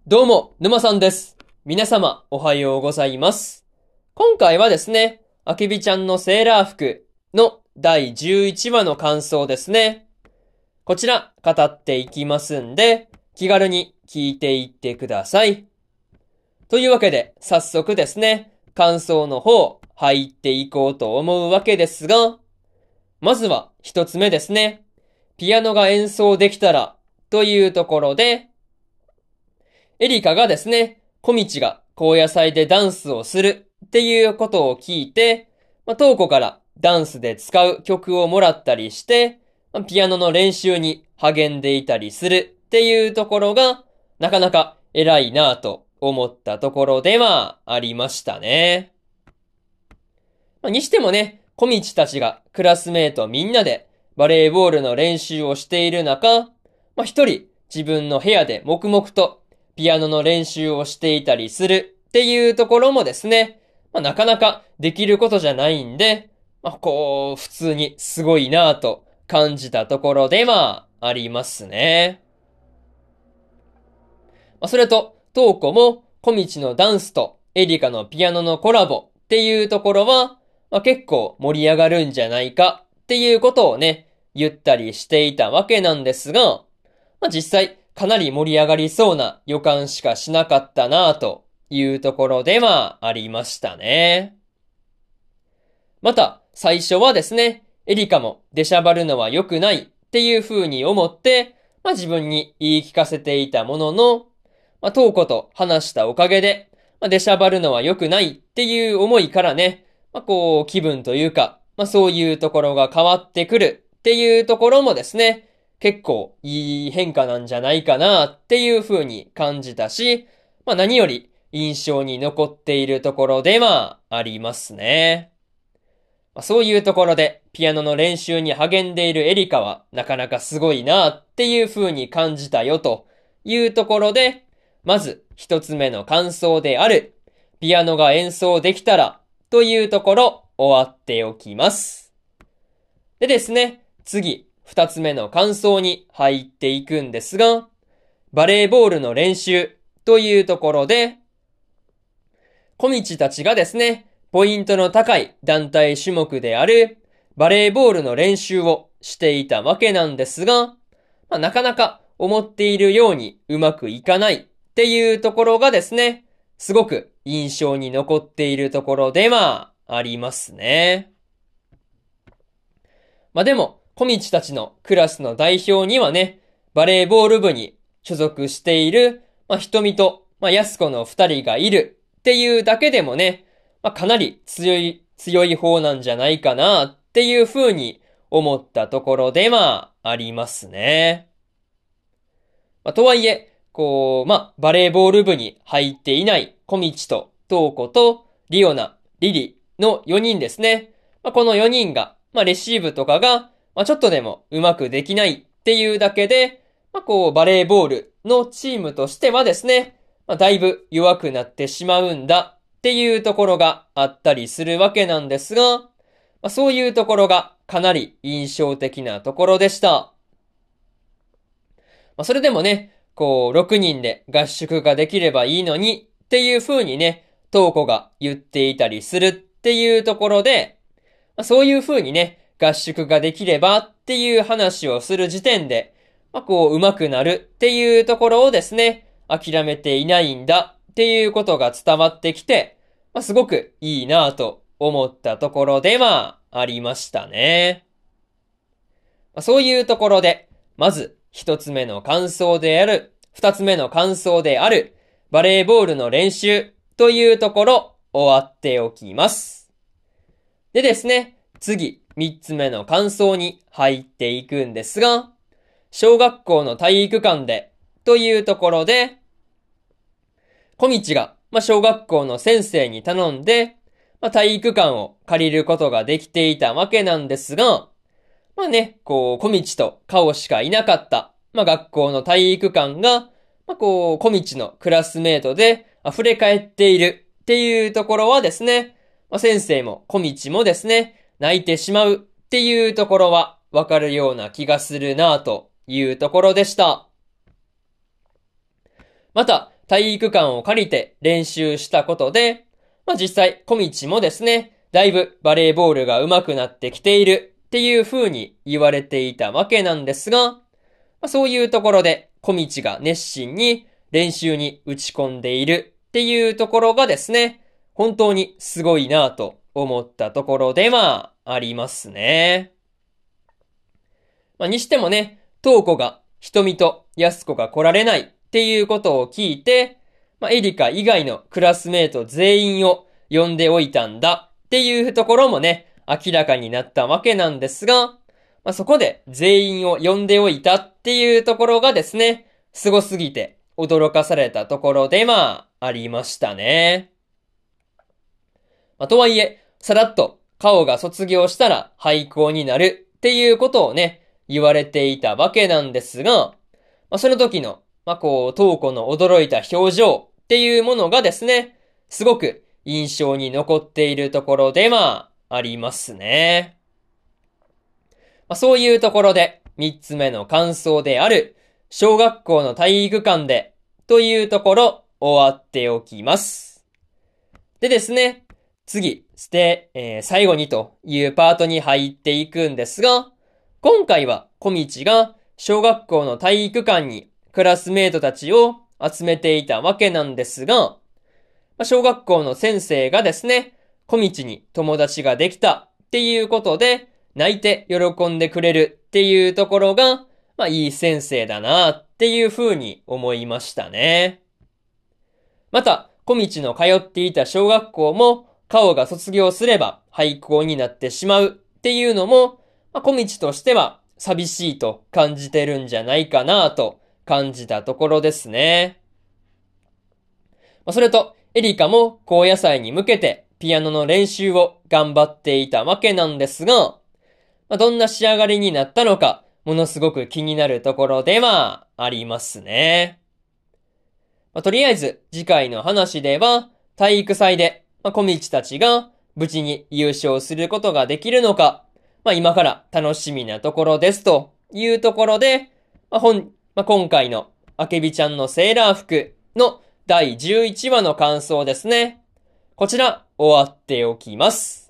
どうも、沼さんです。皆様、おはようございます。今回はですね、あけびちゃんのセーラー服の第11話の感想ですね。こちら、語っていきますんで、気軽に聞いていってください。というわけで、早速ですね、感想の方、入っていこうと思うわけですが、まずは一つ目ですね。ピアノが演奏できたら、というところで、エリカがですね、小道が高野祭でダンスをするっていうことを聞いて、トーコからダンスで使う曲をもらったりして、ピアノの練習に励んでいたりするっていうところが、なかなか偉いなぁと思ったところではありましたね。にしてもね、小道たちがクラスメートみんなでバレーボールの練習をしている中、一人自分の部屋で黙々とピアノの練習をしていたりするっていうところもですね、なかなかできることじゃないんで、普通にすごいなぁと感じたところではありますね。それと、トーコも小道のダンスとエリカのピアノのコラボっていうところは、結構盛り上がるんじゃないかっていうことをね、言ったりしていたわけなんですが、実際かなり盛り上がりそうな予感しかしなかったなというところではありましたね。また、最初はですね、エリカも出しゃばるのは良くないっていう風に思って、自分に言い聞かせていたものの、トーコと話したおかげで、出しゃばるのは良くないっていう思いからね、気分というか、そういうところが変わってくるっていうところもですね、結構いい変化なんじゃないかなっていう風に感じたし、何より印象に残っているところではありますね。そういうところでピアノの練習に励んでいるエリカはなかなかすごいなっていう風に感じたよというところで、まず一つ目の感想であるピアノが演奏できたらというところ終わっておきます。でですね、次二つ目の感想に入っていくんですが、バレーボールの練習というところで、小道たちがですね、ポイントの高い団体種目であるバレーボールの練習をしていたわけなんですが、なかなか思っているようにうまくいかないっていうところがですね、すごく印象に残っているところではありますね。でも、小道たちのクラスの代表にはね、バレーボール部に所属している、瞳と、安子の二人がいるっていうだけでもね、かなり強い方なんじゃないかなっていう風に思ったところではありますね。とはいえ、バレーボール部に入っていない小道とトーコとリオナ、リリの4人ですね。この4人が、レシーブとかが、ちょっとでもうまくできないっていうだけで、バレーボールのチームとしてはですね、だいぶ弱くなってしまうんだっていうところがあったりするわけなんですが、そういうところがかなり印象的なところでした。それでもね、6人で合宿ができればいいのにっていう風にね、トーコが言っていたりするっていうところで、そういう風にね、合宿ができればっていう話をする時点で、上手くなるっていうところをですね、諦めていないんだっていうことが伝わってきて、すごくいいなぁと思ったところではありましたね。そういうところで、まず一つ目の感想である、二つ目の感想である、バレーボールの練習というところ終わっておきます。でですね、次三つ目の感想に入っていくんですが、小学校の体育館でというところで、小道が、小学校の先生に頼んで、体育館を借りることができていたわけなんですが、小道と顔しかいなかった、学校の体育館が、小道のクラスメートで溢れ返っているっていうところはですね、先生も小道もですね、泣いてしまうっていうところはわかるような気がするなというところでした。また、 体育館を借りて練習したことで、実際、小道もですね、だいぶバレーボールが上手くなってきているっていう風に言われていたわけなんですが、そういうところで小道が熱心に練習に打ち込んでいるっていうところがですね、本当にすごいなぁと思ったところではありますね。にしてもね、東子が瞳と安子が来られないっていうことを聞いて、エリカ以外のクラスメート全員を呼んでおいたんだっていうところもね、明らかになったわけなんですが、そこで全員を呼んでおいたっていうところがですね、すごすぎて驚かされたところでありましたね。とはいえ、さらっと顔が卒業したら廃校になるっていうことをね、言われていたわけなんですが、その時の、東子の驚いた表情っていうものがですね、すごく印象に残っているところでありますね。そういうところで、三つ目の感想である、小学校の体育館で、というところ、終わっておきます。でですね、次、最後にというパートに入っていくんですが、今回は小道が小学校の体育館にクラスメートたちを集めていたわけなんですが、小学校の先生がですね、小道に友達ができたっていうことで、泣いて喜んでくれるっていうところが、いい先生だなっていう風に思いましたね。また、小道の通っていた小学校も、顔が卒業すれば廃校になってしまうっていうのも、小道としては寂しいと感じてるんじゃないかなと感じたところですね。それと、エリカも高野祭に向けてピアノの練習を頑張っていたわけなんですが、どんな仕上がりになったのか、ものすごく気になるところではありますね。とりあえず、次回の話では、体育祭で、小道たちが無事に優勝することができるのか、今から楽しみなところですというところで、今回のあけびちゃんのセーラー服の第11話の感想ですね。こちら、終わっておきます。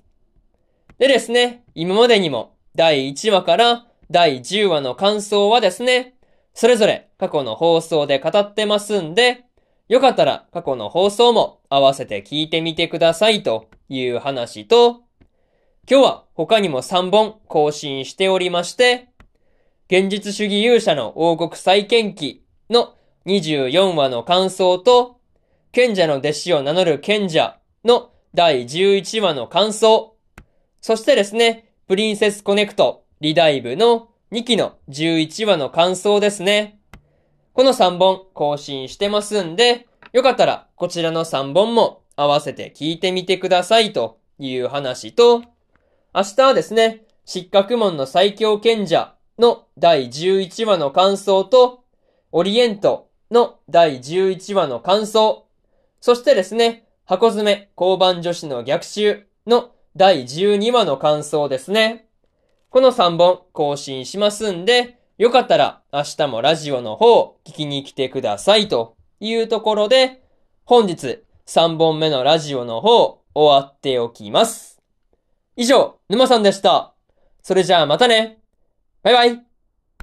でですね、今までにも第1話から第10話の感想はですね、それぞれ過去の放送で語ってますんで、よかったら過去の放送も合わせて聞いてみてくださいという話と、今日は他にも3本更新しておりまして、現実主義勇者の王国再建記の24話の感想と、賢者の弟子を名乗る賢者の第11話の感想、そしてですね、プリンセスコネクトリダイブの2期の11話の感想ですね。この3本更新してますんで、よかったらこちらの3本も合わせて聞いてみてくださいという話と、明日はですね、失格門の最強賢者の第11話の感想と、オリエントの第11話の感想、そしてですね、箱詰め交番女子の逆襲の第12話の感想ですね。この3本更新しますんで、よかったら明日もラジオの方聞きに来てくださいというところで、本日3本目のラジオの方終わっておきます。以上、沼さんでした。それじゃあまたね。バイバイ。